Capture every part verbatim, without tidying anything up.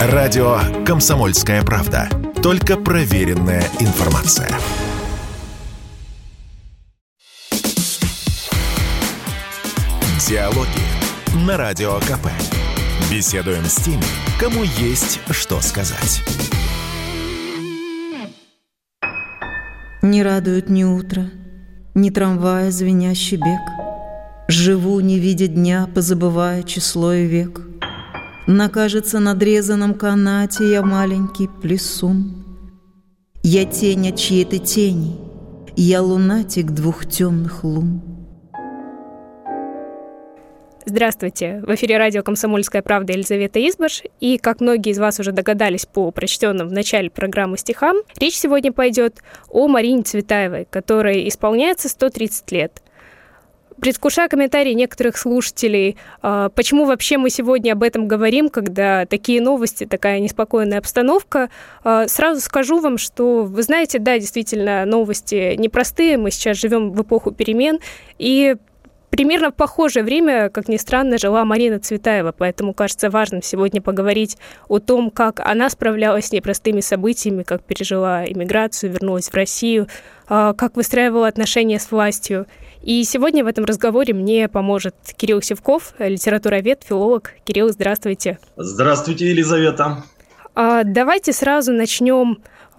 Радио «Комсомольская правда». Только проверенная информация. Диалоги на Радио КП. Беседуем с теми, кому есть что сказать. Не радует ни утро, ни трамвая звенящий бег. Живу, не видя дня, позабывая число и век. На, кажется, надрезанном канате я маленький плесун. Я тень от чьей-то тени, я лунатик двух темных лун. Здравствуйте! В эфире радио «Комсомольская правда» Елизавета Избаш. И, как многие из вас уже догадались по прочтенным в начале программы стихам, речь сегодня пойдет о Марине Цветаевой, которой исполняется сто тридцать лет. Предвкушая комментарии некоторых слушателей, почему вообще мы сегодня об этом говорим, когда такие новости, такая неспокойная обстановка, сразу скажу вам, что, вы знаете, да, действительно, новости непростые, мы сейчас живем в эпоху перемен, и примерно в похожее время, как ни странно, жила Марина Цветаева, поэтому кажется важным сегодня поговорить о том, как она справлялась с непростыми событиями, как пережила эмиграцию, вернулась в Россию, как выстраивала отношения с властью. И сегодня в этом разговоре мне поможет Кирилл Сивков, литературовед, филолог. Кирилл, здравствуйте. Здравствуйте, Елизавета. Давайте сразу начнем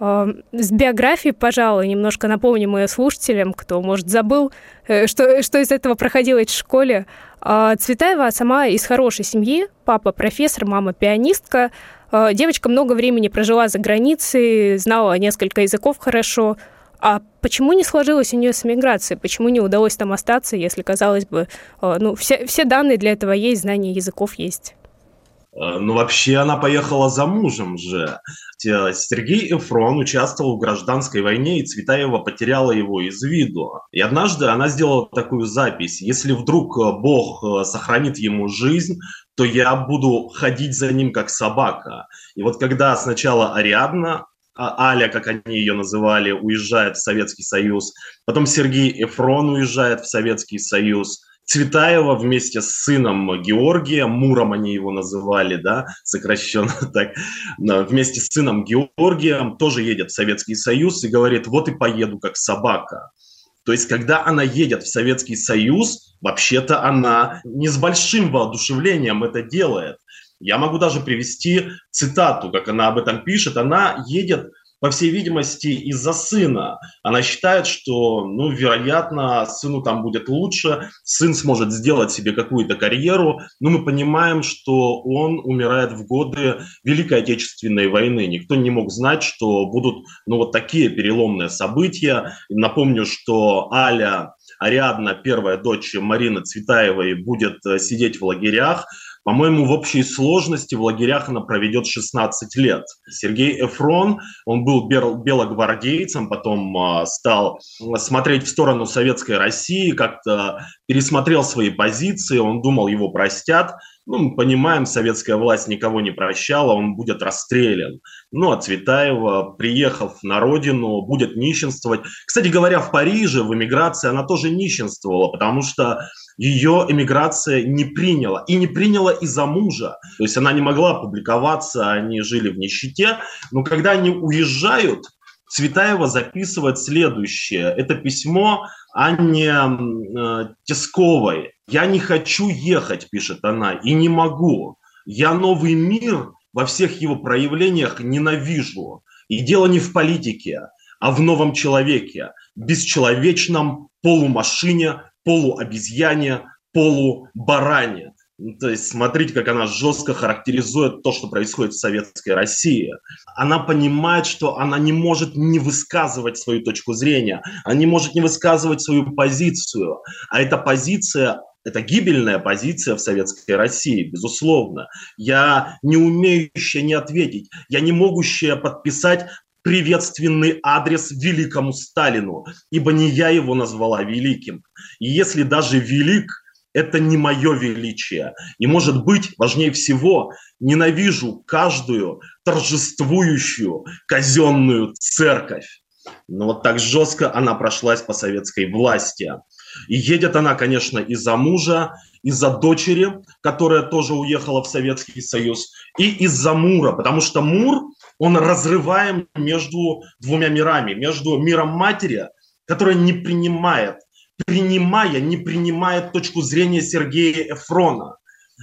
с биографии, пожалуй, немножко напомним ее слушателям, кто, может, забыл, что, что из этого проходило в школе. Цветаева сама из хорошей семьи, папа профессор, мама пианистка. Девочка много времени прожила за границей, знала несколько языков хорошо. А почему не сложилось у нее с эмиграцией? Почему не удалось там остаться, если, казалось бы, ну, все, все данные для этого есть, знания языков есть? Ну, вообще, она поехала за мужем же. Сергей Эфрон участвовал в гражданской войне, и Цветаева потеряла его из виду. И однажды она сделала такую запись: если вдруг Бог сохранит ему жизнь, то я буду ходить за ним как собака. И вот когда сначала Ариадна, Аля, как они ее называли, уезжает в Советский Союз, потом Сергей Эфрон уезжает в Советский Союз, Цветаева вместе с сыном Георгием, Муром они его называли, да, сокращенно так, вместе с сыном Георгием тоже едет в Советский Союз и говорит: вот и поеду как собака. То есть, когда она едет в Советский Союз, вообще-то она не с большим воодушевлением это делает. Я могу даже привести цитату, как она об этом пишет. Она едет, по всей видимости, из-за сына. Она считает, что, ну, вероятно, сыну там будет лучше, сын сможет сделать себе какую-то карьеру. Но мы понимаем, что он умирает в годы Великой Отечественной войны. Никто не мог знать, что будут, ну, вот такие переломные события. И напомню, что Аля, Ариадна, первая дочь Марины Цветаевой, будет сидеть в лагерях. По-моему, в общей сложности в лагерях она проведет шестнадцать лет. Сергей Эфрон, он был белогвардейцем, потом э, стал смотреть в сторону Советской России, как-то пересмотрел свои позиции, он думал, его простят. Ну, мы понимаем, советская власть никого не прощала, он будет расстрелян. Ну, а Цветаева, приехав на родину, будет нищенствовать. Кстати говоря, в Париже, в эмиграции, она тоже нищенствовала, потому что ее эмиграция не приняла. И не приняла из-за мужа. То есть она не могла публиковаться, они жили в нищете. Но когда они уезжают, Цветаева записывает следующее. Это письмо Анне э, Тесковой. «Я не хочу ехать», пишет она, — «и не могу. Я новый мир во всех его проявлениях ненавижу. И дело не в политике, а в новом человеке, бесчеловечном полумашине, полуобезьяне, полубаране». Ну, то есть смотрите, как она жестко характеризует то, что происходит в Советской России. Она понимает, что она не может не высказывать свою точку зрения, она не может не высказывать свою позицию. А эта позиция, это гибельная позиция в Советской России, безусловно. Я не умеющая не ответить, я не могущая подписать приветственный адрес великому Сталину, ибо не я его назвала великим. И если даже велик, это не мое величие. И, может быть, важнее всего, ненавижу каждую торжествующую казенную церковь. Но вот так жестко она прошлась по советской власти. И едет она, конечно, из-за мужа, из-за дочери, которая тоже уехала в Советский Союз, и из-за Мура, потому что Мур, он разрываем между двумя мирами, между миром матери, которая не принимает, принимая, не принимает точку зрения Сергея Эфрона,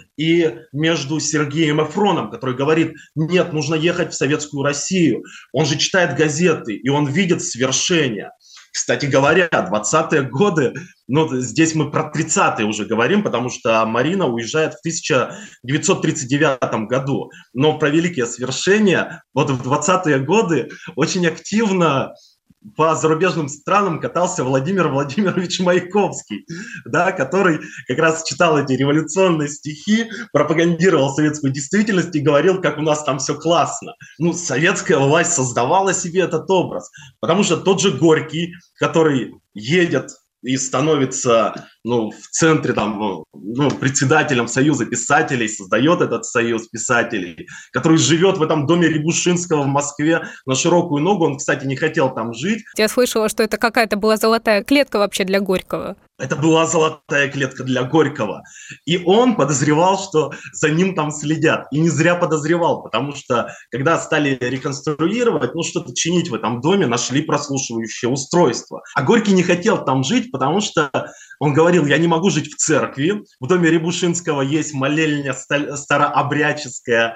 и между Сергеем Эфроном, который говорит, нет, нужно ехать в Советскую Россию. Он же читает газеты, и он видит свершения. Кстати говоря, двадцатые годы, ну, здесь мы про тридцатые уже говорим, потому что Марина уезжает в тысяча девятьсот тридцать девятом году. Но про великие свершения вот в двадцатые годы очень активно по зарубежным странам катался Владимир Владимирович Маяковский, да, который как раз читал эти революционные стихи, пропагандировал советскую действительность и говорил, как у нас там все классно. Ну, советская власть создавала себе этот образ, потому что тот же Горький, который едет и становится, ну, в центре, там, ну, председателем Союза писателей, создает этот Союз писателей, который живет в этом доме Рябушинского в Москве на широкую ногу. Он, кстати, не хотел там жить. Я слышала, что это какая-то была золотая клетка вообще для Горького. Это была золотая клетка для Горького. И он подозревал, что за ним там следят. И не зря подозревал, потому что, когда стали реконструировать, ну, что-то чинить в этом доме, нашли прослушивающее устройство. А Горький не хотел там жить, потому что он говорил, я не могу жить в церкви, в доме Рябушинского есть молельня старообрядческая,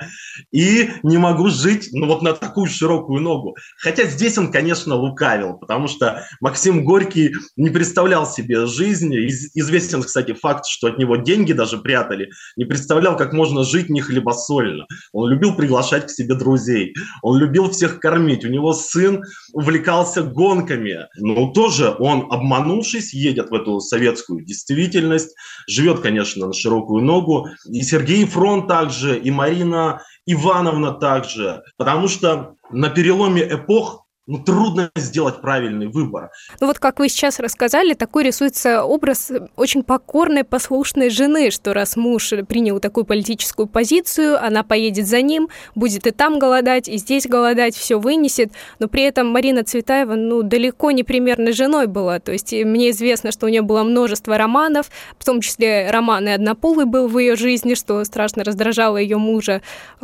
и не могу жить, ну, вот на такую широкую ногу. Хотя здесь он, конечно, лукавил, потому что Максим Горький не представлял себе жизнь. Известен, кстати, факт, что от него деньги даже прятали. Не представлял, как можно жить не хлебосольно. Он любил приглашать к себе друзей. Он любил всех кормить. У него сын увлекался гонками. Но тоже он, обманувшись, едет в эту советскую действительность. Живет, конечно, на широкую ногу. И Сергей Эфрон также, и Марина Ивановна также. Потому что на переломе эпох ну, трудно сделать правильный выбор. Ну вот, как вы сейчас рассказали, такой рисуется образ очень покорной, послушной жены, что раз муж принял такую политическую позицию, она поедет за ним, будет и там голодать, и здесь голодать, все вынесет. Но при этом Марина Цветаева, ну, далеко не примерной женой была. То есть мне известно, что у нее было множество романов, в том числе роман и однополый был в ее жизни, что страшно раздражало ее мужа.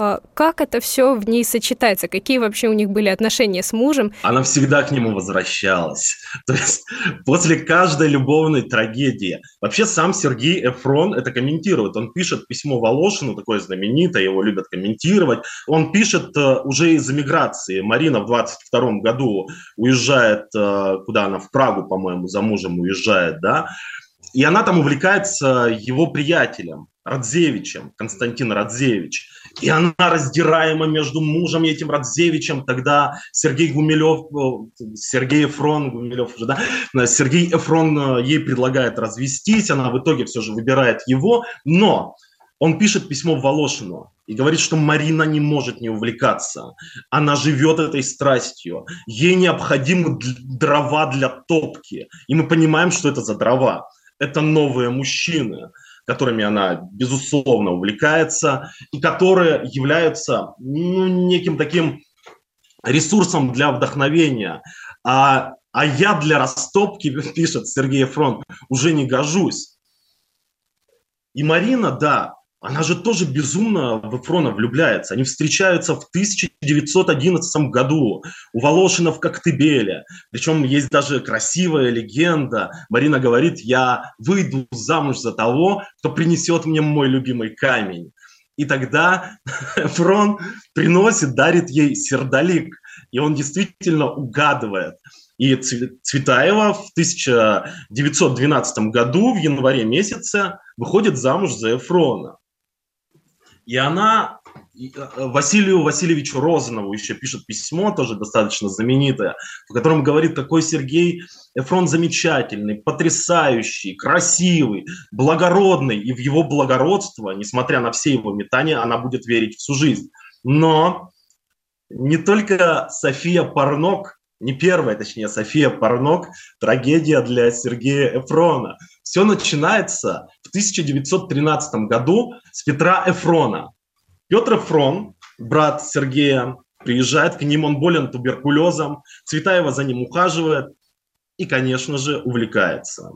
Как это все в ней сочетается? Какие вообще у них были отношения с мужем? Она всегда к нему возвращалась. То есть после каждой любовной трагедии. Вообще сам Сергей Эфрон это комментирует. Он пишет письмо Волошину, такое знаменитое, его любят комментировать. Он пишет уже из эмиграции. Марина в двадцать втором году уезжает, куда она, в Прагу, по-моему, за мужем уезжает, да. И она там увлекается его приятелем, Радзевичем, Константин Радзевич. И она раздираема между мужем и этим Радзевичем. Тогда Сергей Гумилев, Сергей Эфрон, Гумилев уже, да, Сергей Эфрон ей предлагает развестись, она в итоге все же выбирает его. Но он пишет письмо Волошину и говорит, что Марина не может не увлекаться. Она живет этой страстью. Ей необходимы дрова для топки. И мы понимаем, что это за дрова. Это новые мужчины, которыми она, безусловно, увлекается, и которые являются ну, неким таким ресурсом для вдохновения. А, а я для растопки, пишет Сергей Эфрон, уже не гожусь. И Марина, да, она же тоже безумно в Эфрона влюбляется. Они встречаются в тысяча девятьсот одиннадцатом году у Волошина в Коктебеле. Причем есть даже красивая легенда. Марина говорит, я выйду замуж за того, кто принесет мне мой любимый камень. И тогда Эфрон приносит, дарит ей сердолик. И он действительно угадывает. И Цветаева в тысяча девятьсот двенадцатом году, в январе месяце, выходит замуж за Эфрона. И она Василию Васильевичу Розанову еще пишет письмо, тоже достаточно знаменитое, в котором говорит, какой Сергей Эфрон замечательный, потрясающий, красивый, благородный. И в его благородство, несмотря на все его метания, она будет верить всю жизнь. Но не только София Парнок, не первая, точнее, София Парнок, трагедия для Сергея Эфрона. Все начинается в тысяча девятьсот тринадцатом году с Петра Эфрона. Петр Эфрон, брат Сергея, приезжает к ним, он болен туберкулезом, Цветаева за ним ухаживает и, конечно же, увлекается.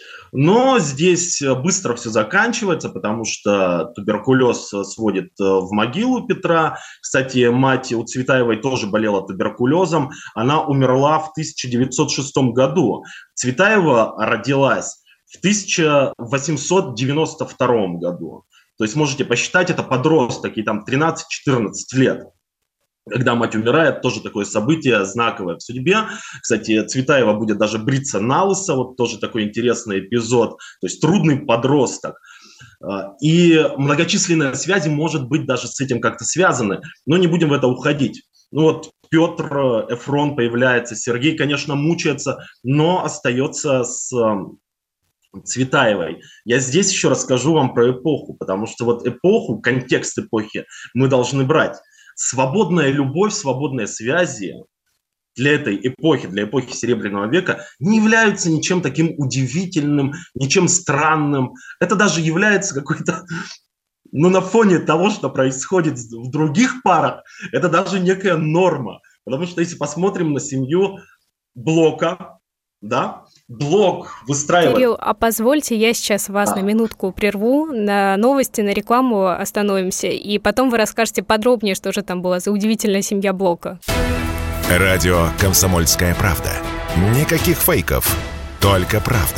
Но здесь быстро все заканчивается, потому что туберкулез сводит в могилу Петра. Кстати, мать у Цветаевой тоже болела туберкулезом. Она умерла в тысяча девятьсот шестом году. Цветаева родилась в тысяча восемьсот девяносто втором году. То есть можете посчитать, это подросток, ей там тринадцать-четырнадцать лет. Когда мать умирает, тоже такое событие знаковое в судьбе. Кстати, Цветаева будет даже бриться на лысо, вот тоже такой интересный эпизод. То есть трудный подросток. И многочисленные связи, может быть, даже с этим как-то связаны, но не будем в это уходить. Ну вот Петр Эфрон появляется, Сергей, конечно, мучается, но остается с Цветаевой. Я здесь еще расскажу вам про эпоху, потому что вот эпоху, контекст эпохи мы должны брать. Свободная любовь, свободные связи для этой эпохи, для эпохи Серебряного века не являются ничем таким удивительным, ничем странным. Это даже является какой-то, ну, на фоне того, что происходит в других парах, это даже некая норма. Потому что если посмотрим на семью Блока, да, Блок выстраивает... Кирилл, а позвольте, я сейчас вас а. на минутку прерву, на новости, на рекламу остановимся, и потом вы расскажете подробнее, что же там была за удивительная семья Блока. Радио «Комсомольская правда». Никаких фейков, только правда.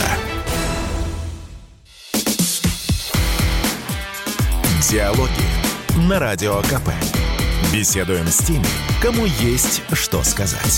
Диалоги на Радио КП. Беседуем с теми, кому есть что сказать.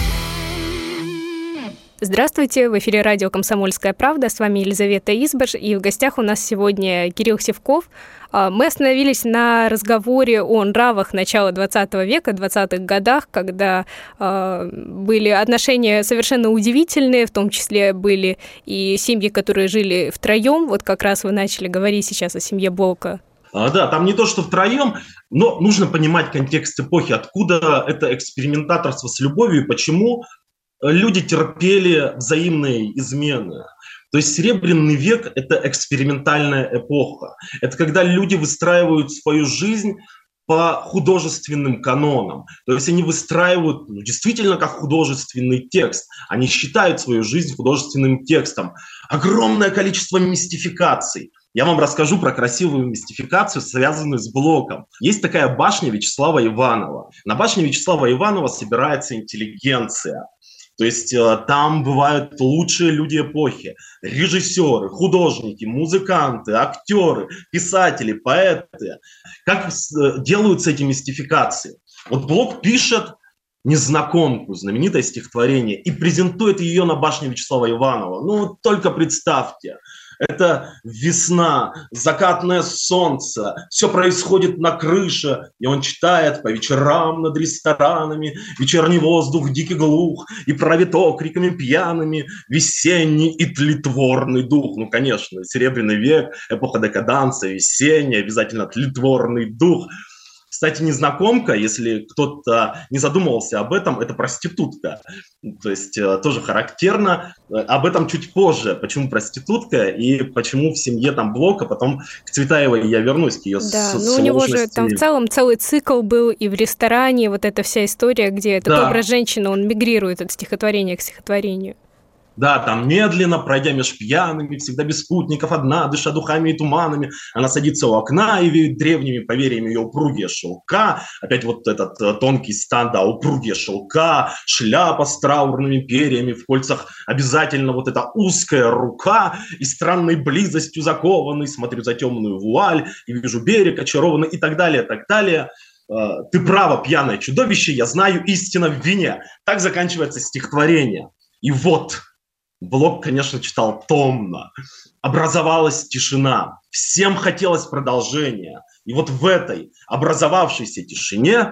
Здравствуйте, в эфире радио «Комсомольская правда», с вами Елизавета Избаш, и в гостях у нас сегодня Кирилл Сивков. Мы остановились на разговоре о нравах начала двадцатого века, двадцатых годах, когда э, были отношения совершенно удивительные, в том числе были и семьи, которые жили втроем, вот как раз вы начали говорить сейчас о семье Блока. А, да, там не то, что втроем, но нужно понимать контекст эпохи, откуда это экспериментаторство с любовью и почему люди терпели взаимные измены. То есть Серебряный век – это экспериментальная эпоха. Это когда люди выстраивают свою жизнь по художественным канонам. То есть они выстраивают ну, действительно как художественный текст. Они считают свою жизнь художественным текстом. Огромное количество мистификаций. Я вам расскажу про красивую мистификацию, связанную с Блоком. Есть такая башня Вячеслава Иванова. На башне Вячеслава Иванова собирается интеллигенция. То есть э, там бывают лучшие люди эпохи, режиссеры, художники, музыканты, актеры, писатели, поэты. Как э, делаются эти мистификации? Вот Блок пишет «Незнакомку», знаменитое стихотворение, и презентует ее на башне Вячеслава Иванова. Ну, только представьте. Это весна, закатное солнце, все происходит на крыше, и он читает по вечерам над ресторанами, вечерний воздух дикий глух, и правито криками пьяными, весенний и тлетворный дух. Ну, конечно, Серебряный век, эпоха декаданса, весенний, обязательно тлетворный дух. Кстати, незнакомка, если кто-то не задумывался об этом, это проститутка. То есть тоже характерно. Об этом чуть позже. Почему проститутка и почему в семье там Блока. Потом к Цветаевой я вернусь, к ее да, сложности. Ну у него же там в целом целый цикл был и в ресторане, вот эта вся история, где этот да. образ женщины, он мигрирует от стихотворения к стихотворению. Да, там медленно, пройдя меж пьяными, всегда без спутников, одна, дыша духами и туманами, она садится у окна и веет древними поверьями ее упругие шелка. Опять вот этот тонкий стан, да, упругие шелка, шляпа с траурными перьями, в кольцах обязательно вот эта узкая рука, и странной близостью закованный, смотрю за темную вуаль, и вижу берег очарованный, и так далее, так далее. Ты право, пьяное чудовище, я знаю, истина в вине. Так заканчивается стихотворение. И вот... Блок, конечно, читал томно. Образовалась тишина. Всем хотелось продолжения. И вот в этой образовавшейся тишине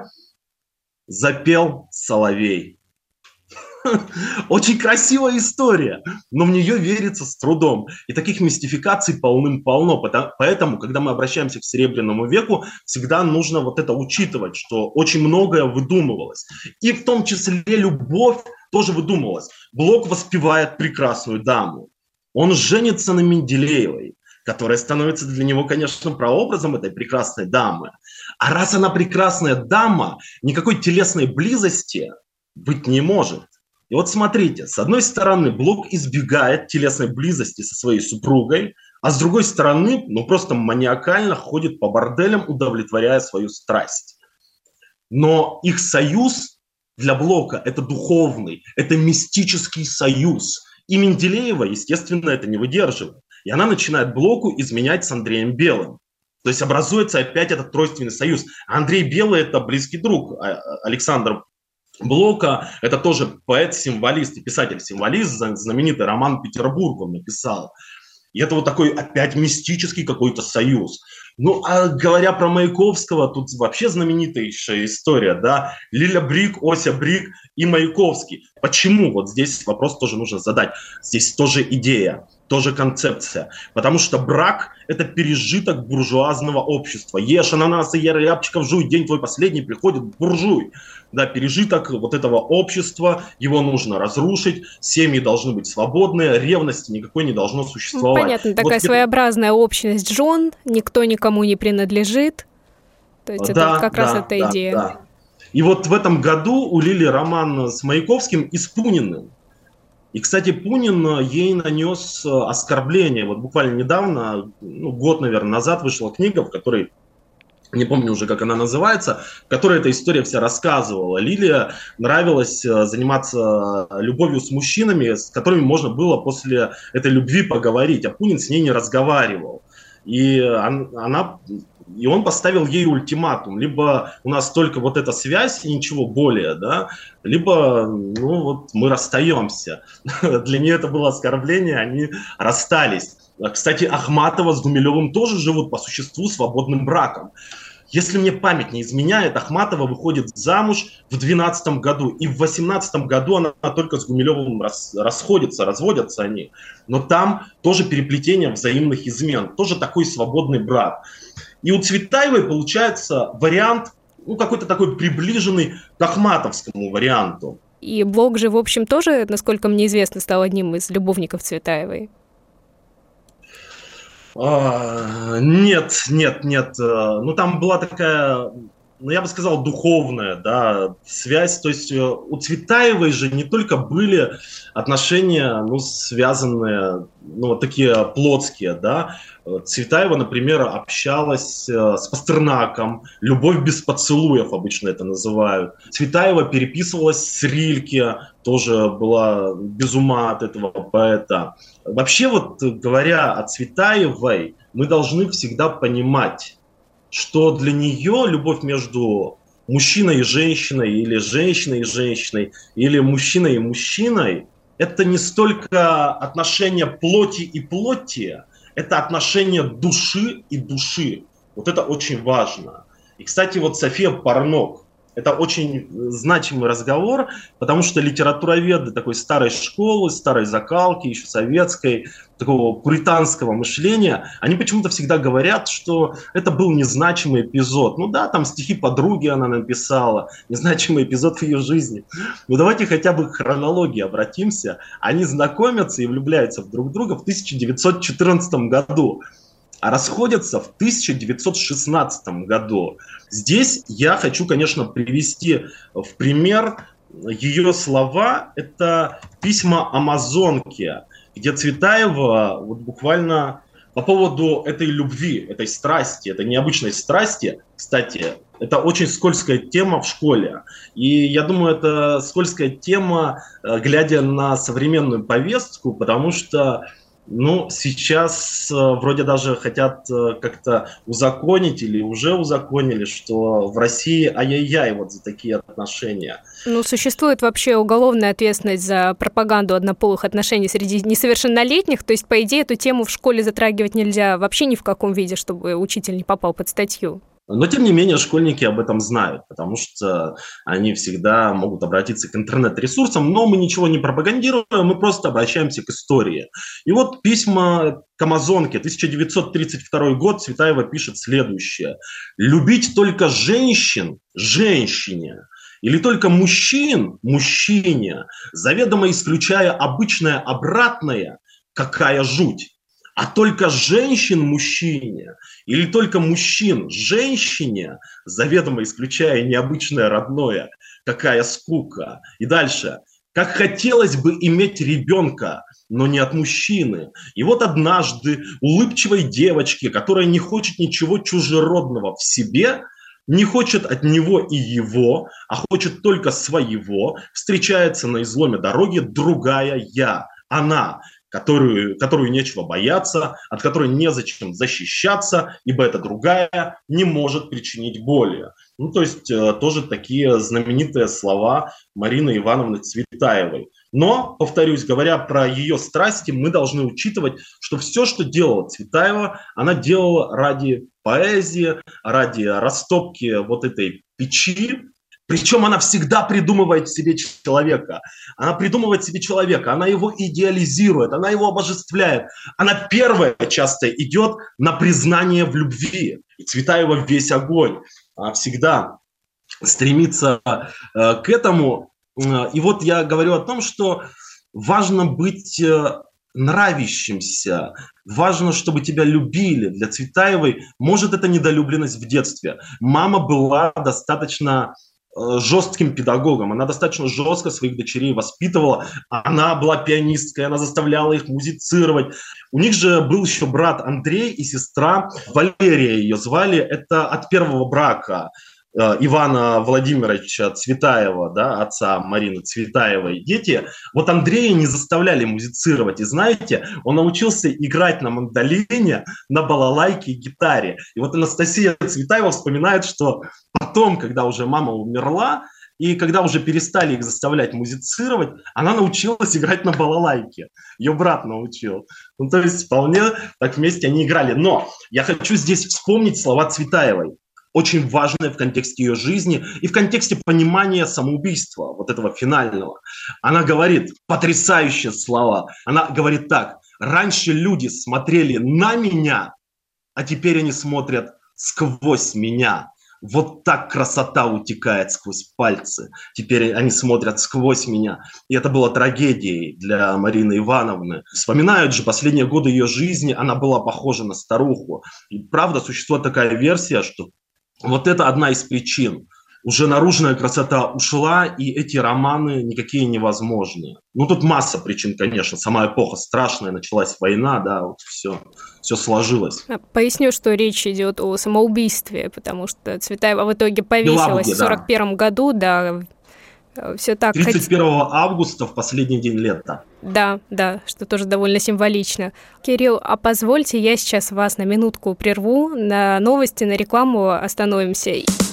запел соловей. Очень красивая история, но в нее верится с трудом. И таких мистификаций полным-полно. Поэтому, когда мы обращаемся к Серебряному веку, всегда нужно вот это учитывать, что очень многое выдумывалось. И в том числе любовь тоже выдумывалась. Блок воспевает прекрасную даму. Он женится на Менделеевой, которая становится для него, конечно, прообразом этой прекрасной дамы. А раз она прекрасная дама, никакой телесной близости быть не может. И вот смотрите, с одной стороны, Блок избегает телесной близости со своей супругой, а с другой стороны, ну просто маниакально ходит по борделям, удовлетворяя свою страсть. Но их союз для Блока – это духовный, это мистический союз. И Менделеева, естественно, это не выдерживает. И она начинает Блоку изменять с Андреем Белым. То есть образуется опять этот тройственный союз. Андрей Белый – это близкий друг Александра Блока, это тоже поэт-символист и писатель-символист, знаменитый роман «Петербург» он написал. И это вот такой опять мистический какой-то союз. Ну, а говоря про Маяковского, тут вообще знаменитейшая история, да, Лиля Брик, Ося Брик и Маяковский. Почему? Вот здесь вопрос тоже нужно задать. Здесь тоже идея, тоже концепция. Потому что брак – это пережиток буржуазного общества. Ешь ананасы, ешь рябчиков, жуй, день твой последний, приходит буржуй. Да, пережиток вот этого общества, его нужно разрушить, семьи должны быть свободные, ревности никакой не должно существовать. Понятно, такая вот своеобразная это... общность жен, никто никому не принадлежит. То есть да, это вот как да, раз эта да, идея. Да. И вот в этом году у Лили роман с Маяковским и с Пуниным. И, кстати, Пунин ей нанес оскорбление. Вот буквально недавно, ну, год, наверное, назад вышла книга, в которой, не помню уже, как она называется, в которой эта история вся рассказывала. Лиле нравилось заниматься любовью с мужчинами, с которыми можно было после этой любви поговорить, а Пунин с ней не разговаривал. И она... И он поставил ей ультиматум. Либо у нас только вот эта связь и ничего более, да, либо, ну, вот мы расстаемся. Для нее это было оскорбление, они расстались. Кстати, Ахматова с Гумилевым тоже живут по существу свободным браком. Если мне память не изменяет, Ахматова выходит замуж в двенадцатом году, и в восемнадцатом году она только с Гумилевым рас, расходится, разводятся они. Но там тоже переплетение взаимных измен, тоже такой свободный брак. И у Цветаевой получается вариант, ну, какой-то такой приближенный к ахматовскому варианту. И Блок же, в общем, тоже, насколько мне известно, стал одним из любовников Цветаевой. А, нет, нет, нет. Ну, там была такая, ну, я бы сказал, духовная, да, связь. То есть у Цветаевой же не только были отношения, ну, связанные, ну, вот такие плотские, да. Цветаева, например, общалась с Пастернаком, «Любовь без поцелуев» обычно это называют. Цветаева переписывалась с Рильке, тоже была без ума от этого поэта. Вообще, вот говоря о Цветаевой, мы должны всегда понимать, что для нее любовь между мужчиной и женщиной, или женщиной и женщиной, или мужчиной и мужчиной, это не столько отношение плоти и плоти, это отношение души и души. Вот это очень важно. И, кстати, вот София Парнок. Это очень значимый разговор, потому что литературоведы такой старой школы, старой закалки, еще советской, такого пуританского мышления, они почему-то всегда говорят, что это был незначимый эпизод. Ну да, там стихи подруги она написала, незначимый эпизод в ее жизни. Но давайте хотя бы к хронологии обратимся. Они знакомятся и влюбляются в друг друга в тысяча девятьсот четырнадцатом году. А расходятся в тысяча девятьсот шестнадцатом году. Здесь я хочу, конечно, привести в пример ее слова. Это письма амазонки, где Цветаева вот буквально по поводу этой любви, этой страсти, этой необычной страсти, кстати, это очень скользкая тема в школе. И я думаю, это скользкая тема, глядя на современную повестку, потому что ну, сейчас э, вроде даже хотят э, как-то узаконить или уже узаконили, что в России ай-яй-яй вот за такие отношения. Ну, существует вообще уголовная ответственность за пропаганду однополых отношений среди несовершеннолетних, то есть, по идее, эту тему в школе затрагивать нельзя вообще ни в каком виде, чтобы учитель не попал под статью. Но, тем не менее, школьники об этом знают, потому что они всегда могут обратиться к интернет-ресурсам, но мы ничего не пропагандируем, мы просто обращаемся к истории. И вот письма к амазонке, тысяча девятьсот тридцать второй год, Цветаева пишет следующее. «Любить только женщин – женщине, или только мужчин – мужчине, заведомо исключая обычное обратное, какая жуть». А только женщин мужчине или только мужчин женщине, заведомо исключая необычное родное, какая скука. И дальше. Как хотелось бы иметь ребенка, но не от мужчины. И вот однажды улыбчивой девочке, которая не хочет ничего чужеродного в себе, не хочет от него и его, а хочет только своего, встречается на изломе дороги другая я, она, которую, которую нечего бояться, от которой незачем защищаться, ибо эта другая не может причинить боли. Ну, то есть тоже такие знаменитые слова Марины Ивановны Цветаевой. Но, повторюсь, говоря про ее страсти, мы должны учитывать, что все, что делала Цветаева, она делала ради поэзии, ради растопки вот этой печи. Причем она всегда придумывает себе человека. Она придумывает себе человека, она его идеализирует, она его обожествляет. Она первая часто идет на признание в любви. И Цветаева весь огонь. Она всегда стремится э, к этому. И вот я говорю о том, что важно быть э, нравящимся, важно, чтобы тебя любили. Для Цветаевой, может, это недолюбленность в детстве. Мама была достаточно жестким педагогом, она достаточно жестко своих дочерей воспитывала, она была пианисткой, она заставляла их музицировать. У них же был еще брат Андрей и сестра Валерия, ее звали, это от первого брака Ивана Владимировича Цветаева, да, отца Марины Цветаевой, дети. Вот Андрея не заставляли музицировать. И знаете, он научился играть на мандолине, на балалайке и гитаре. И вот Анастасия Цветаева вспоминает, что потом, когда уже мама умерла, и когда уже перестали их заставлять музицировать, она научилась играть на балалайке. Ее брат научил. Ну, то есть вполне так вместе они играли. Но я хочу здесь вспомнить слова Цветаевой, очень важное в контексте ее жизни и в контексте понимания самоубийства, вот этого финального. Она говорит потрясающие слова. Она говорит так: раньше люди смотрели на меня, а теперь они смотрят сквозь меня. Вот так красота утекает сквозь пальцы. Теперь они смотрят сквозь меня. И это было трагедией для Марины Ивановны. Вспоминают же последние годы ее жизни, она была похожа на старуху. И правда, существует такая версия, что вот это одна из причин. Уже наружная красота ушла, и эти романы никакие невозможны. Ну, тут масса причин, конечно. Сама эпоха страшная, началась война, да, вот все, все сложилось. Поясню, что речь идет о самоубийстве, потому что Цветаева в итоге повесилась в сорок первом году, да, все так. тридцать первого августа, в последний день лета. Да, да, что тоже довольно символично. Кирилл, а позвольте, я сейчас вас на минутку прерву, на новости, на рекламу остановимся.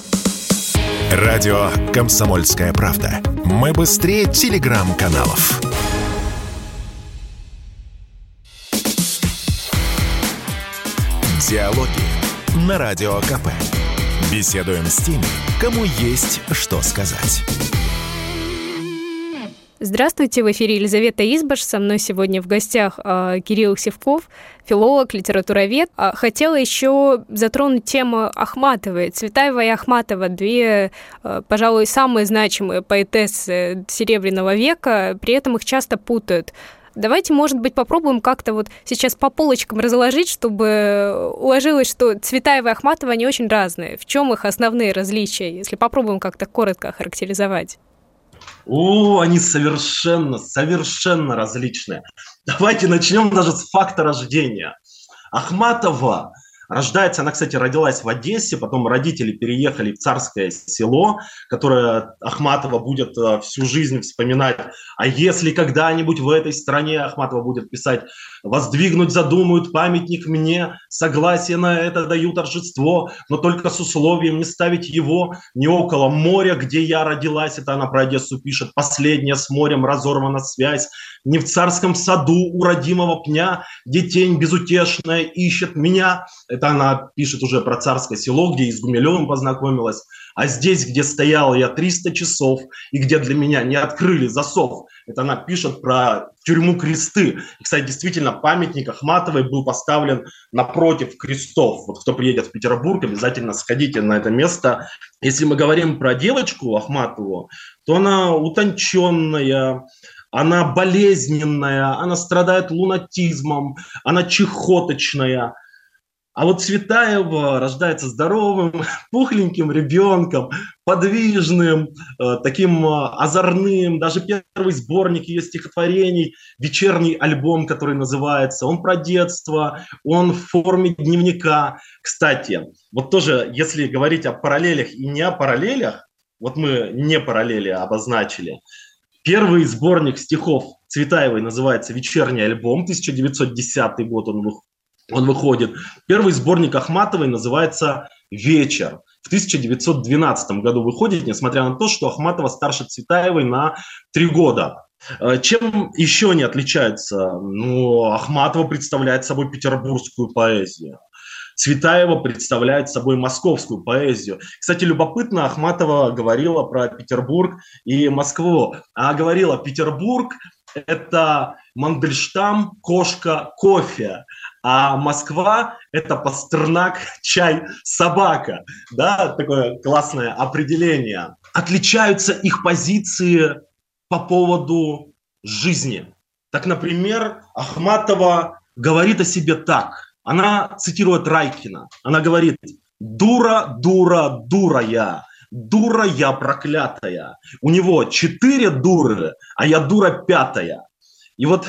Радио «Комсомольская правда». Мы быстрее телеграм-каналов. Диалоги на Радио КП. Беседуем с теми, кому есть что сказать. Здравствуйте, в эфире Елизавета Избаш. Со мной сегодня в гостях э, Кирилл Сивков, филолог, литературовед. А, хотела еще затронуть тему Ахматовой. Цветаева и Ахматова — две, э, пожалуй, самые значимые поэтессы Серебряного века, при этом их часто путают. Давайте, может быть, попробуем как-то вот сейчас по полочкам разложить, чтобы уложилось, что Цветаева и Ахматова, они очень разные. В чем их основные различия, если попробуем как-то коротко охарактеризовать? О, они совершенно, совершенно различные. Давайте начнем даже с факта рождения. Ахматова рождается, она, кстати, родилась в Одессе, потом родители переехали в Царское Село, которое Ахматова будет всю жизнь вспоминать. А если когда-нибудь в этой стране, Ахматова будет писать: «Воздвигнуть задумают памятник мне, согласие на это даю торжество, но только с условием не ставить его не около моря, где я родилась», это она про Одессу пишет, «последняя с морем разорвана связь, не в царском саду у родимого пня, где тень безутешная ищет меня». Это она пишет уже про Царское Село, где и с Гумилевым познакомилась. «А здесь, где стоял я триста часов, и где для меня не открыли засов». Это она пишет про тюрьму Кресты. И, кстати, действительно, памятник Ахматовой был поставлен напротив крестов. Вот кто приедет в Петербург, обязательно сходите на это место. Если мы говорим про девочку Ахматову, то она утонченная, она болезненная, она страдает лунатизмом, она чехоточная. А вот Цветаева рождается здоровым, пухленьким ребенком, подвижным, э, таким э, озорным. Даже первый сборник ее стихотворений, вечерний альбом, который называется, он про детство, он в форме дневника. Кстати, вот тоже, если говорить о параллелях и не о параллелях, вот мы не параллели обозначили. Первый сборник стихов Цветаевой называется «Вечерний альбом», тысяча девятьсот десятый год он выходит. Он выходит. Первый сборник Ахматовой называется «Вечер». В тысяча девятьсот двенадцатом году выходит, несмотря на то, что Ахматова старше Цветаевой на три года. Чем еще не отличаются? Ну, Ахматова представляет собой петербургскую поэзию. Цветаева представляет собой московскую поэзию. Кстати, любопытно, Ахматова говорила про Петербург и Москву. А говорила, Петербург – это Мандельштам, кошка, кофе. А Москва – это Пастернак, чай, собака. Да, такое классное определение. Отличаются их позиции по поводу жизни. Так, например, Ахматова говорит о себе так. Она цитирует Райкина. Она говорит: «Дура, дура, дура я, дура я проклятая. У него четыре дуры, а я дура пятая». И вот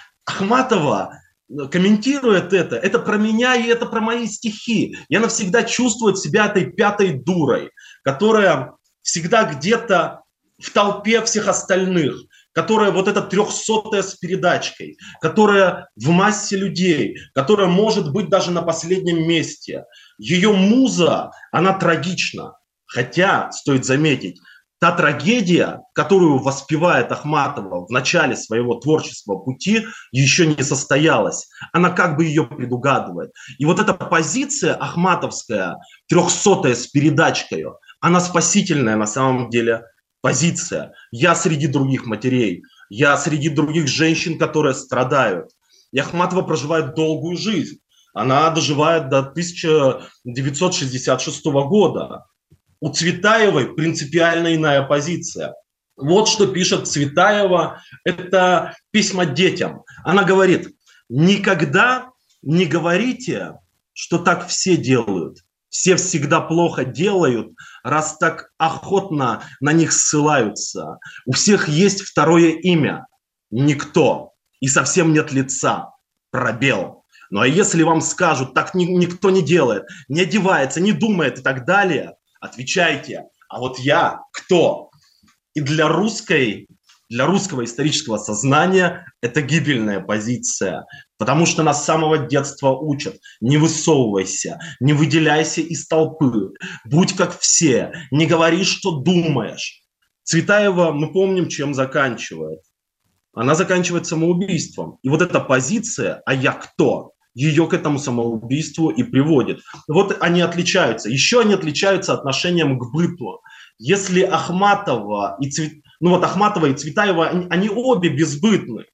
Ахматова комментирует это, это про меня и это про мои стихи. И она всегда чувствует себя этой пятой дурой, которая всегда где-то в толпе всех остальных, которая вот эта трехсотая с передачкой, которая в массе людей, которая может быть даже на последнем месте. Ее муза, она трагична. Хотя, стоит заметить, та трагедия, которую воспевает Ахматова в начале своего творческого пути, еще не состоялась. Она как бы ее предугадывает. И вот эта позиция ахматовская, трехсотая с передачкой, она спасительная на самом деле позиция. Я среди других матерей, я среди других женщин, которые страдают. И Ахматова проживает долгую жизнь. Она доживает до тысяча девятьсот шестьдесят шестого года. У Цветаевой принципиально иная позиция. Вот что пишет Цветаева, это письма детям. Она говорит: «Никогда не говорите, что так все делают. Все всегда плохо делают, раз так охотно на них ссылаются. У всех есть второе имя – никто, и совсем нет лица – пробел. Ну а если вам скажут, так ни, никто не делает, не одевается, не думает и так далее, отвечайте: а вот я кто?» И для русской, для русского исторического сознания это гибельная позиция. Потому что нас с самого детства учат: не высовывайся, не выделяйся из толпы, будь как все, не говори, что думаешь. Цветаева, мы помним, чем заканчивает. Она заканчивает самоубийством. И вот эта позиция «а я кто?» ее к этому самоубийству и приводит. Вот они отличаются. Еще они отличаются отношением к быту. Если Ахматова и, Цвет... ну вот Ахматова и Цветаева, они, они обе безбытны,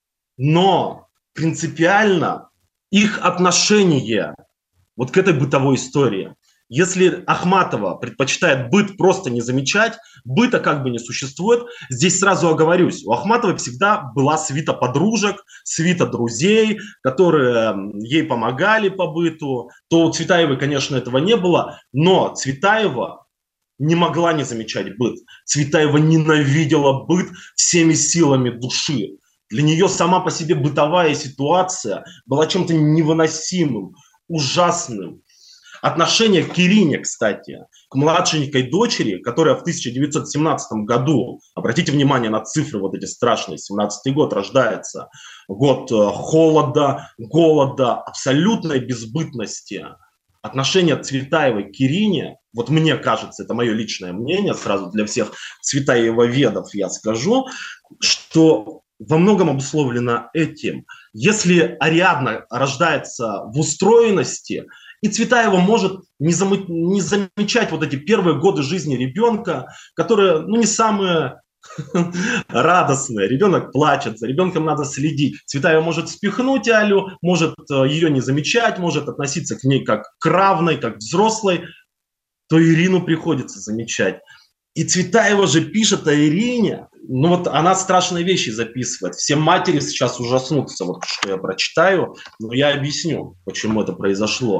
но принципиально их отношение вот к этой бытовой истории. Если Ахматова предпочитает быт просто не замечать, быта как бы не существует, здесь сразу оговорюсь, у Ахматовой всегда была свита подружек, свита друзей, которые ей помогали по быту. То у Цветаевой, конечно, этого не было, но Цветаева не могла не замечать быт. Цветаева ненавидела быт всеми силами души. Для нее сама по себе бытовая ситуация была чем-то невыносимым, ужасным. Отношение к Ирине, кстати, к младшенькой дочери, которая в тысяча девятьсот семнадцатом году, обратите внимание на цифры вот эти страшные, семнадцатый год рождается, год холода, голода, абсолютной безбытности. Отношение Цветаевой к Ирине, вот мне кажется, это мое личное мнение, сразу для всех цветаевоведов я скажу, что во многом обусловлено этим. Если Ариадна рождается в устроенности, и Цветаева может не, замы... не замечать вот эти первые годы жизни ребенка, которые, ну, не самые радостные. Ребенок плачет, за ребенком надо следить. Цветаева может спихнуть Алю, может ее не замечать, может относиться к ней как к равной, как к взрослой, то Ирину приходится замечать. И Цветаева же пишет о Ирине, ну вот она страшные вещи записывает. Все матери сейчас ужаснутся, вот что я прочитаю, но я объясню, почему это произошло.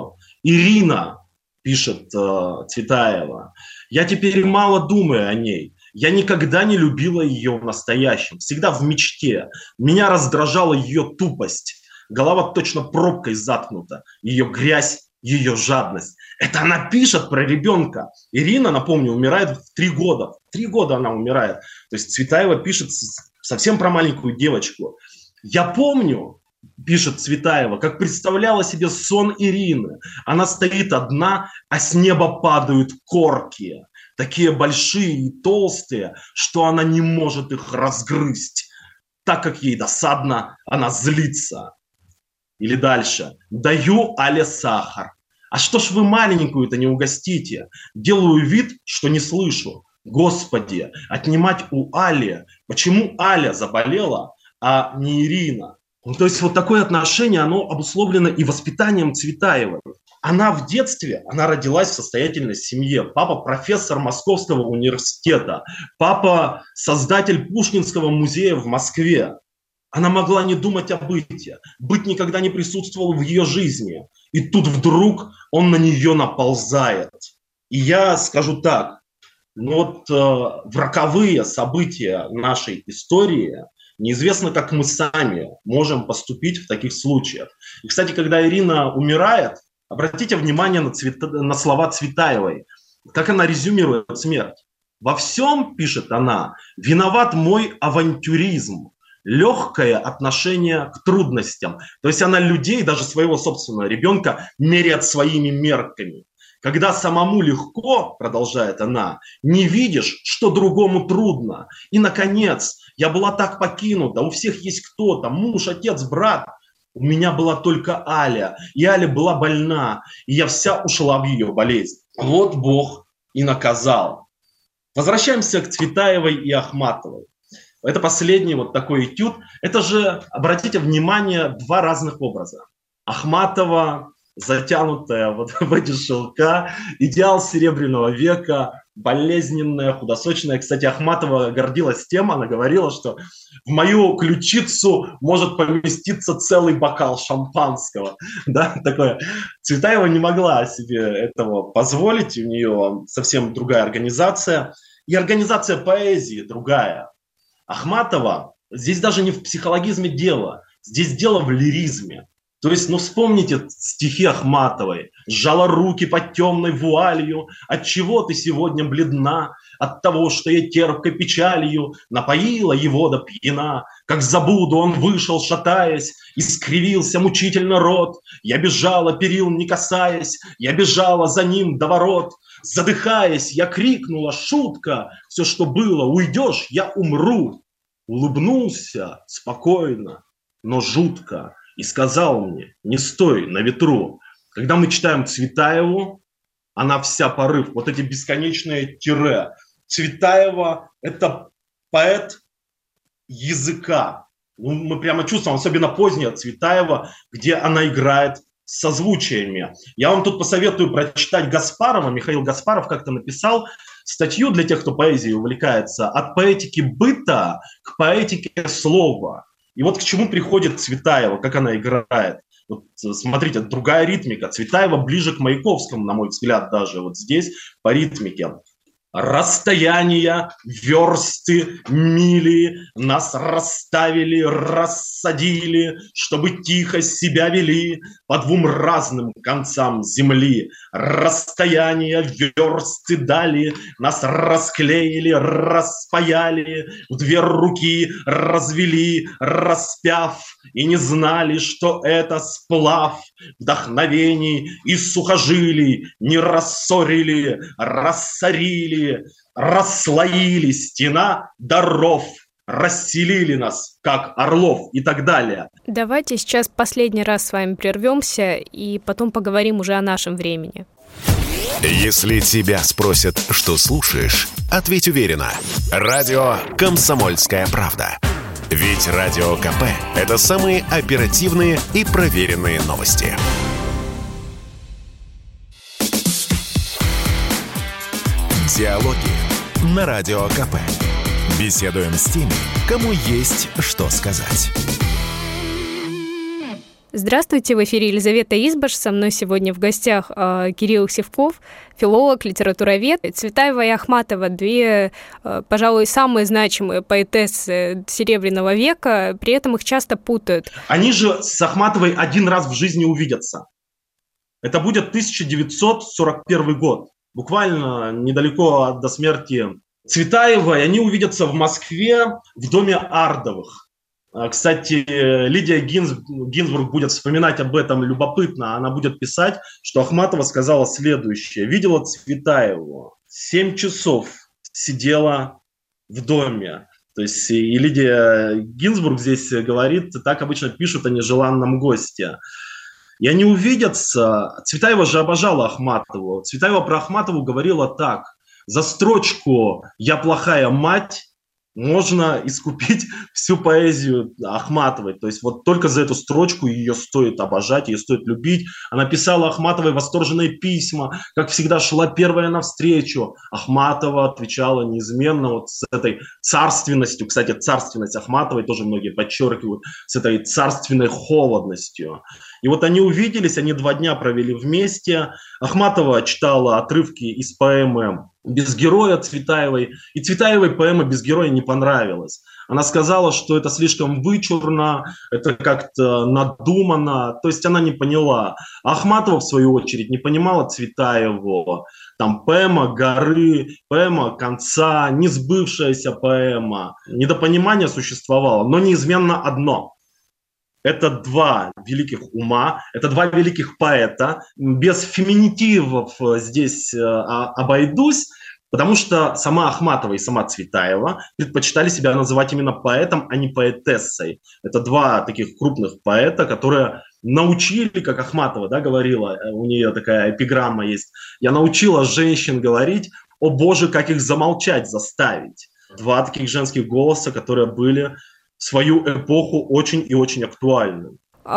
Ирина, пишет э, Цветаева, я теперь мало думаю о ней. Я никогда не любила ее в настоящем, всегда в мечте. Меня раздражала ее тупость. Голова точно пробкой заткнута. Ее грязь, ее жадность. Это она пишет про ребенка. Ирина, напомню, умирает в три года. В три года она умирает. То есть Цветаева пишет совсем про маленькую девочку. Я помню, пишет Цветаева, как представляла себе сон Ирины. Она стоит одна, а с неба падают корки. Такие большие и толстые, что она не может их разгрызть. Так как ей досадно, она злится. Или дальше. Даю Але сахар. А что ж вы маленькую-то не угостите? Делаю вид, что не слышу. Господи, отнимать у Али. Почему Аля заболела, а не Ирина? Ну, то есть вот такое отношение, оно обусловлено и воспитанием Цветаевой. Она в детстве, она родилась в состоятельной семье. Папа профессор Московского университета. Папа создатель Пушкинского музея в Москве. Она могла не думать о быте. Быт никогда не присутствовал в ее жизни. И тут вдруг он на нее наползает. И я скажу так. Ну вот э, в роковые события нашей истории неизвестно, как мы сами можем поступить в таких случаях. И, кстати, когда Ирина умирает, обратите внимание на, цвет... на слова Цветаевой. Как она резюмирует смерть. «Во всем, — пишет она, — виноват мой авантюризм, легкое отношение к трудностям». То есть она людей, даже своего собственного ребенка, меряет своими мерками. Когда самому легко, продолжает она, не видишь, что другому трудно. И, наконец, я была так покинута, у всех есть кто-то, муж, отец, брат. У меня была только Аля, и Аля была больна, и я вся ушла в ее болезнь. Вот Бог и наказал. Возвращаемся к Цветаевой и Ахматовой. Это последний вот такой этюд. Это же, обратите внимание, два разных образа. Ахматова, затянутая вот в эти шелка, идеал Серебряного века, болезненная, худосочная. Кстати, Ахматова гордилась тем, она говорила, что в мою ключицу может поместиться целый бокал шампанского. Да, такое. Цветаева не могла себе этого позволить, у нее совсем другая организация. И организация поэзии другая. Ахматова, здесь даже не в психологизме дело, здесь дело в лиризме. То есть, ну вспомните стихи Ахматовой. «Сжала руки под темной вуалью, отчего ты сегодня бледна? От того, что я терпкой печалью напоила его до пьяна. Как забуду, он вышел, шатаясь, и скривился мучительно рот. Я бежала, перил не касаясь, я бежала за ним до ворот. Задыхаясь, я крикнула: шутка, все, что было, уйдешь, я умру». Улыбнулся спокойно, но жутко, и сказал мне: не стой на ветру. Когда мы читаем Цветаеву, она вся порыв, вот эти бесконечные тире. Цветаева – это поэт языка. Ну, мы прямо чувствуем, особенно поздняя Цветаева, где она играет с созвучиями. Я вам тут посоветую прочитать Гаспарова. Михаил Гаспаров как-то написал статью для тех, кто поэзией увлекается: «От поэтики быта к поэтике слова». И вот к чему приходит Цветаева, как она играет. Вот смотрите, другая ритмика. Цветаева ближе к Маяковскому, на мой взгляд, даже вот здесь по ритмике. Расстояния, версты, мили нас расставили, рассадили, чтобы тихо себя вели по двум разным концам земли. Расстояния, версты дали, нас расклеили, распаяли, в две руки развели, распяв, и не знали, что это сплав вдохновений и сухожилий, не рассорили, рассорили, расслоили стена даров, расселили нас, как орлов, и так далее. Давайте сейчас последний раз с вами прервемся и потом поговорим уже о нашем времени. Если тебя спросят, что слушаешь, ответь уверенно. Радио «Комсомольская правда». Ведь Радио КП – это самые оперативные и проверенные новости. Диалоги на Радио КП. Беседуем с теми, кому есть что сказать. Здравствуйте, в эфире Елизавета Избаш. Со мной сегодня в гостях э, Кирилл Сивков, филолог, литературовед. Цветаева и Ахматова – две, э, пожалуй, самые значимые поэтессы Серебряного века, при этом их часто путают. Они же с Ахматовой один раз в жизни увидятся. Это будет тысяча девятьсот сорок первый год, буквально недалеко до смерти Цветаевой. Они увидятся в Москве в доме Ардовых. Кстати, Лидия Гинз, Гинзбург будет вспоминать об этом любопытно. Она будет писать, что Ахматова сказала следующее. Видела Цветаеву, семь часов сидела в доме. То есть и Лидия Гинзбург здесь говорит, так обычно пишут о нежеланном госте. И они увидятся. Цветаева же обожала Ахматову. Цветаева про Ахматову говорила так. За строчку «Я плохая мать» можно искупить всю поэзию Ахматовой. То есть вот только за эту строчку ее стоит обожать, ее стоит любить. Она писала Ахматовой восторженные письма, как всегда шла первая навстречу. Ахматова отвечала неизменно вот с этой царственностью. Кстати, царственность Ахматовой тоже многие подчеркивают, с этой царственной холодностью. И вот они увиделись, они два дня провели вместе. Ахматова читала отрывки из поэмы «Без героя» Цветаевой, и Цветаевой поэма «Без героя» не понравилась. Она сказала, что это слишком вычурно, это как-то надуманно, то есть она не поняла. А Ахматова, в свою очередь, не понимала Цветаеву. Там поэма «Горы», поэма «Конца», несбывшаяся поэма. Недопонимание существовало, но неизменно одно. Это два великих ума, это два великих поэта. Без феминитивов здесь обойдусь, потому что сама Ахматова и сама Цветаева предпочитали себя называть именно поэтом, а не поэтессой. Это два таких крупных поэта, которые научили, как Ахматова, да, говорила, у нее такая эпиграмма есть, «Я научила женщин говорить, о боже, как их замолчать заставить». Два таких женских голоса, которые были в свою эпоху очень и очень актуальны.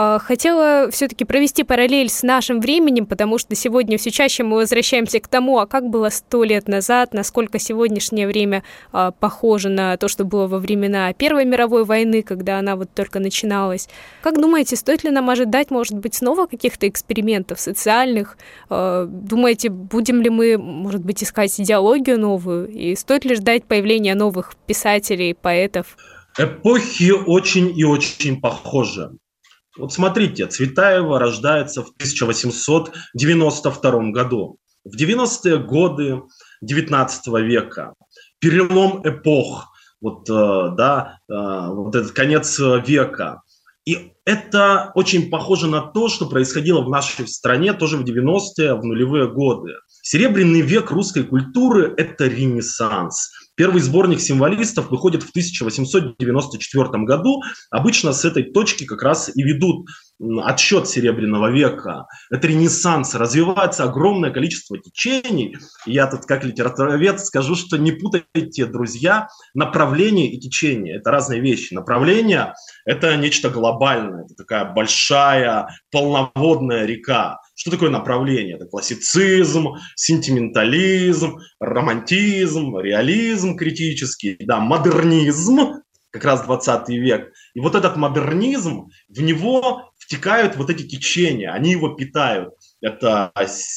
Хотела все-таки провести параллель с нашим временем, потому что сегодня все чаще мы возвращаемся к тому, а как было сто лет назад, насколько сегодняшнее время а, похоже на то, что было во времена Первой мировой войны, когда она вот только начиналась. Как думаете, стоит ли нам ожидать, может быть, снова каких-то экспериментов социальных? А, думаете, будем ли мы, может быть, искать идеологию новую? И стоит ли ждать появления новых писателей, поэтов? Эпохи очень и очень похожи. Вот смотрите, Цветаева рождается в тысяча восемьсот девяносто втором году. В девяностые годы девятнадцатого века, перелом эпох, вот, да, вот этот конец века. И это очень похоже на то, что происходило в нашей стране тоже в девяностые, в нулевые годы. Серебряный век русской культуры – это ренессанс. Первый сборник символистов выходит в тысяча восемьсот девяносто четвёртом году. Обычно с этой точки как раз и ведут отсчет Серебряного века. Это ренессанс, развивается огромное количество течений. Я тут как литературовед скажу, что не путайте, друзья, направление и течение. Это разные вещи. Направление – это нечто глобальное, это такая большая полноводная река. Что такое направление? Это классицизм, сентиментализм, романтизм, реализм критический, да, модернизм, как раз двадцатый век. И вот этот модернизм, в него втекают вот эти течения, они его питают. Это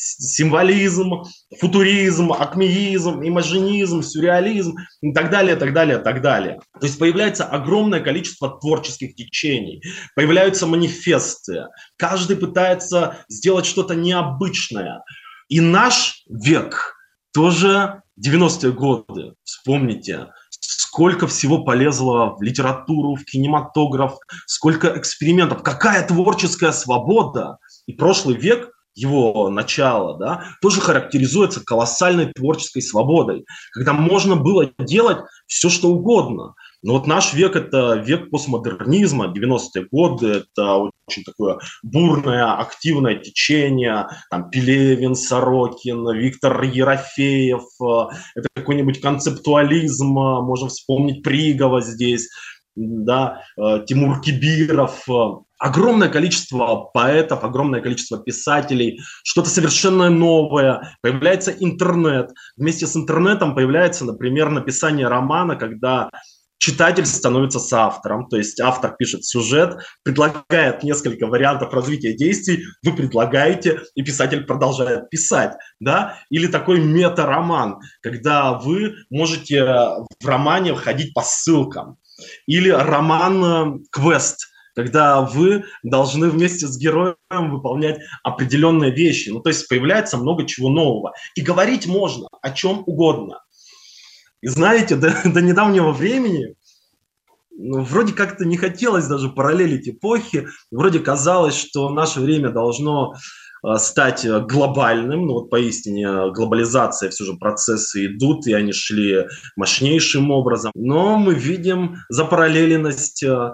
символизм, футуризм, акмеизм, имажинизм, сюрреализм и так далее, так далее, так далее. То есть появляется огромное количество творческих течений, появляются манифесты, каждый пытается сделать что-то необычное. И наш век тоже девяностые годы, вспомните, сколько всего полезло в литературу, в кинематограф, сколько экспериментов, какая творческая свобода. И прошлый век, его начало, да, тоже характеризуется колоссальной творческой свободой, когда можно было делать все, что угодно. Но вот наш век – это век постмодернизма, девяностые годы, это очень такое бурное, активное течение, там Пелевин, Сорокин, Виктор Ерофеев, это какой-нибудь концептуализм, можем вспомнить Пригова здесь, да, Тимур Кибиров. Огромное количество поэтов, огромное количество писателей, что-то совершенно новое. Появляется интернет. Вместе с интернетом появляется, например, написание романа, когда читатель становится соавтором, то есть автор пишет сюжет, предлагает несколько вариантов развития действий, вы предлагаете, и писатель продолжает писать, да, или такой мета-роман, когда вы можете в романе ходить по ссылкам, или роман-квест, когда вы должны вместе с героем выполнять определенные вещи. Ну, то есть появляется много чего нового. И говорить можно о чем угодно. И знаете, до, до недавнего времени ну, вроде как-то не хотелось даже параллелить эпохи. Вроде казалось, что наше время должно э, стать глобальным. Ну вот поистине глобализация, все же процессы идут, и они шли мощнейшим образом. Но мы видим запараллеленность э,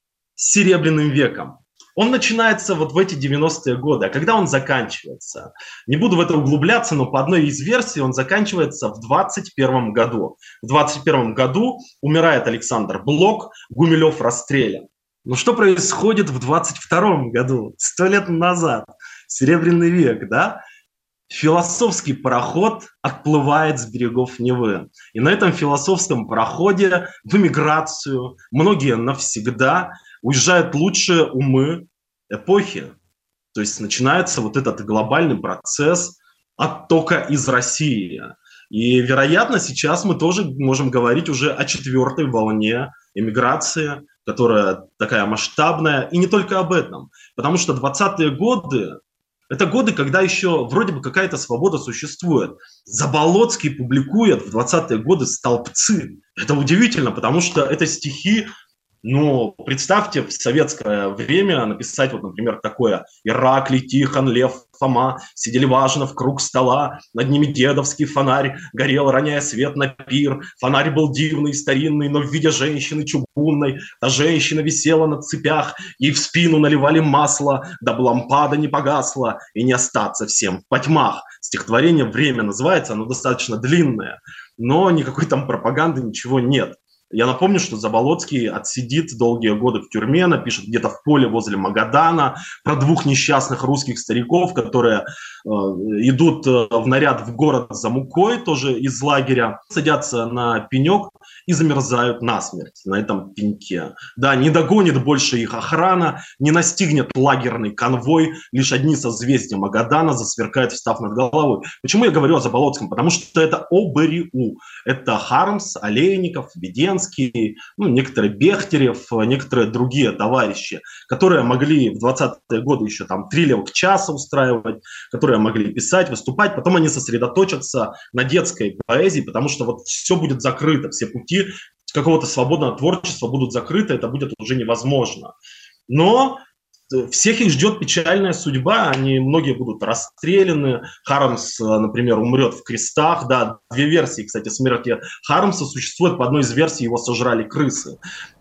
с Серебряным веком. Он начинается вот в эти девяностые годы, а когда он заканчивается? Не буду в это углубляться, но по одной из версий он заканчивается в двадцать первом году. В двадцать первом году умирает Александр Блок, Гумилев расстрелян. Но что происходит в двадцать втором году? Сто лет назад. Серебряный век, да? Философский пароход отплывает с берегов Невы. И на этом философском пароходе в эмиграцию, многие навсегда, уезжают лучшие умы эпохи. То есть начинается вот этот глобальный процесс оттока из России. И, вероятно, сейчас мы тоже можем говорить уже о четвертой волне эмиграции, которая такая масштабная. И не только об этом. Потому что двадцатые годы – это годы, когда еще вроде бы какая-то свобода существует. Заболоцкий публикует в двадцатые годы «Столбцы». Это удивительно, потому что это стихи. Ну, представьте, в советское время написать, вот, например, такое: «Ираклий, Тихон, Лев, Фома сидели важно в круг стола, над ними дедовский фонарь горел, роняя свет на пир. Фонарь был дивный, старинный, но в виде женщины чугунной. Та женщина висела на цепях, ей в спину наливали масло, дабы лампада не погасла и не остаться всем в потьмах». Стихотворение «Время» называется, оно достаточно длинное, но никакой там пропаганды, ничего нет. Я напомню, что Заболоцкий отсидит долгие годы в тюрьме, напишет где-то в поле возле Магадана про двух несчастных русских стариков, которые э, идут в наряд в город за мукой, тоже из лагеря, садятся на пенек и замерзают насмерть на этом пеньке. Да, не догонит больше их охрана, не настигнет лагерный конвой, лишь одни созвездия Магадана засверкают, встав над головой. Почему я говорю о Заболоцком? Потому что это ОБРИУ, это Хармс, Олейников, Веденский, ну, некоторые Бехтерев, некоторые другие товарищи, которые могли в двадцатые годы еще там триллион часа устраивать, которые могли писать, выступать, потом они сосредоточатся на детской поэзии, потому что вот все будет закрыто, все пути какого-то свободного творчества будут закрыты, это будет уже невозможно. Но всех их ждет печальная судьба, они многие будут расстреляны. Хармс, например, умрет в крестах. Да, две версии, кстати, смерти Хармса существует. По одной из версий его сожрали крысы.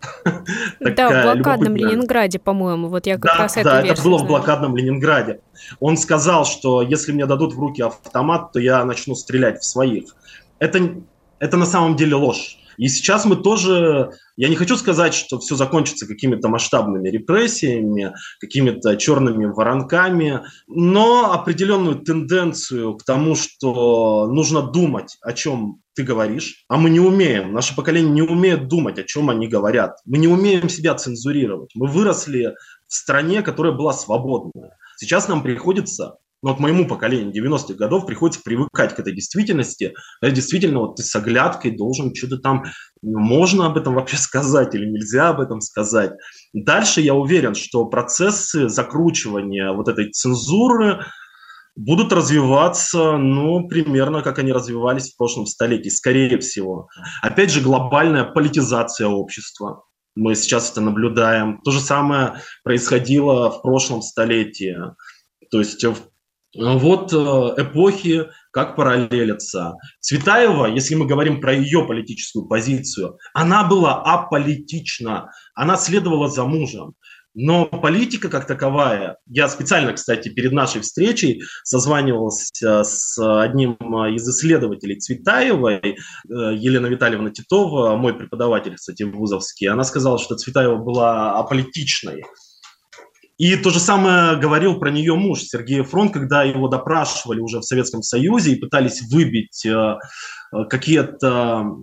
Да, в блокадном Ленинграде, по-моему, вот я как раз эту версию. Да, это было в блокадном Ленинграде. Он сказал, что если мне дадут в руки автомат, то я начну стрелять в своих. Это, это на самом деле ложь. И сейчас мы тоже, я не хочу сказать, что все закончится какими-то масштабными репрессиями, какими-то черными воронками, но определенную тенденцию к тому, что нужно думать, о чем ты говоришь, а мы не умеем, наше поколение не умеет думать, о чем они говорят. Мы не умеем себя цензурировать. Мы выросли в стране, которая была свободная. Сейчас нам приходится... Но вот моему поколению девяностых годов приходится привыкать к этой действительности. А действительно, вот ты с оглядкой должен что-то там... Можно об этом вообще сказать или нельзя об этом сказать? Дальше я уверен, что процессы закручивания вот этой цензуры будут развиваться, ну, примерно как они развивались в прошлом столетии, скорее всего. Опять же, глобальная политизация общества. Мы сейчас это наблюдаем. То же самое происходило в прошлом столетии. То есть... Вот эпохи как параллелятся. Цветаева, если мы говорим про ее политическую позицию, она была аполитична, она следовала за мужем. Но политика как таковая, я специально, кстати, перед нашей встречей созванивался с одним из исследователей Цветаевой, Елена Витальевна Титова, мой преподаватель, кстати, вузовский, она сказала, что Цветаева была аполитичной. И то же самое говорил про нее муж Сергей Фрон, когда его допрашивали уже в Советском Союзе и пытались выбить э, какие-то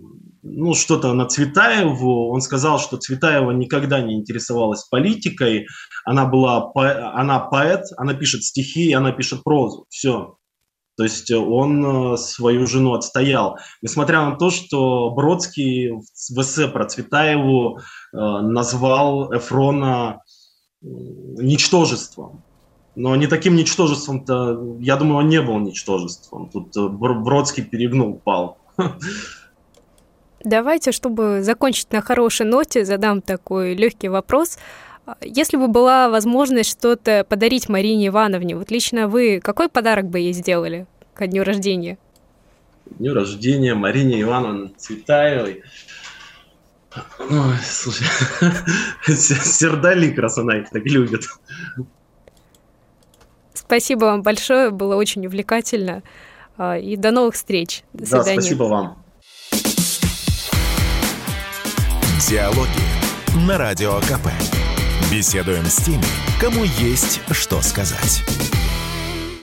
ну, что-то на Цветаеву. Он сказал, что Цветаева никогда не интересовалась политикой. Она была, по... она поэт, она пишет стихи, она пишет прозу. Все. То есть он свою жену отстоял. Несмотря на то, что Бродский в эссе про Цветаеву назвал Эфрона ничтожеством. Но не таким ничтожеством-то, я думаю, он не был ничтожеством. Тут Бродский перегнул палку. Давайте, чтобы закончить на хорошей ноте, задам такой легкий вопрос. Если бы была возможность что-то подарить Марине Ивановне, вот лично вы какой подарок бы ей сделали ко дню рождения? К дню рождения Марине Ивановне Цветаевой. Ой, слушай, сердолик, раз она их так любит. Спасибо вам большое, было очень увлекательно. И до новых встреч. До свидания. Да, спасибо вам. Диалоги на Радио КП. Беседуем с теми, кому есть что сказать.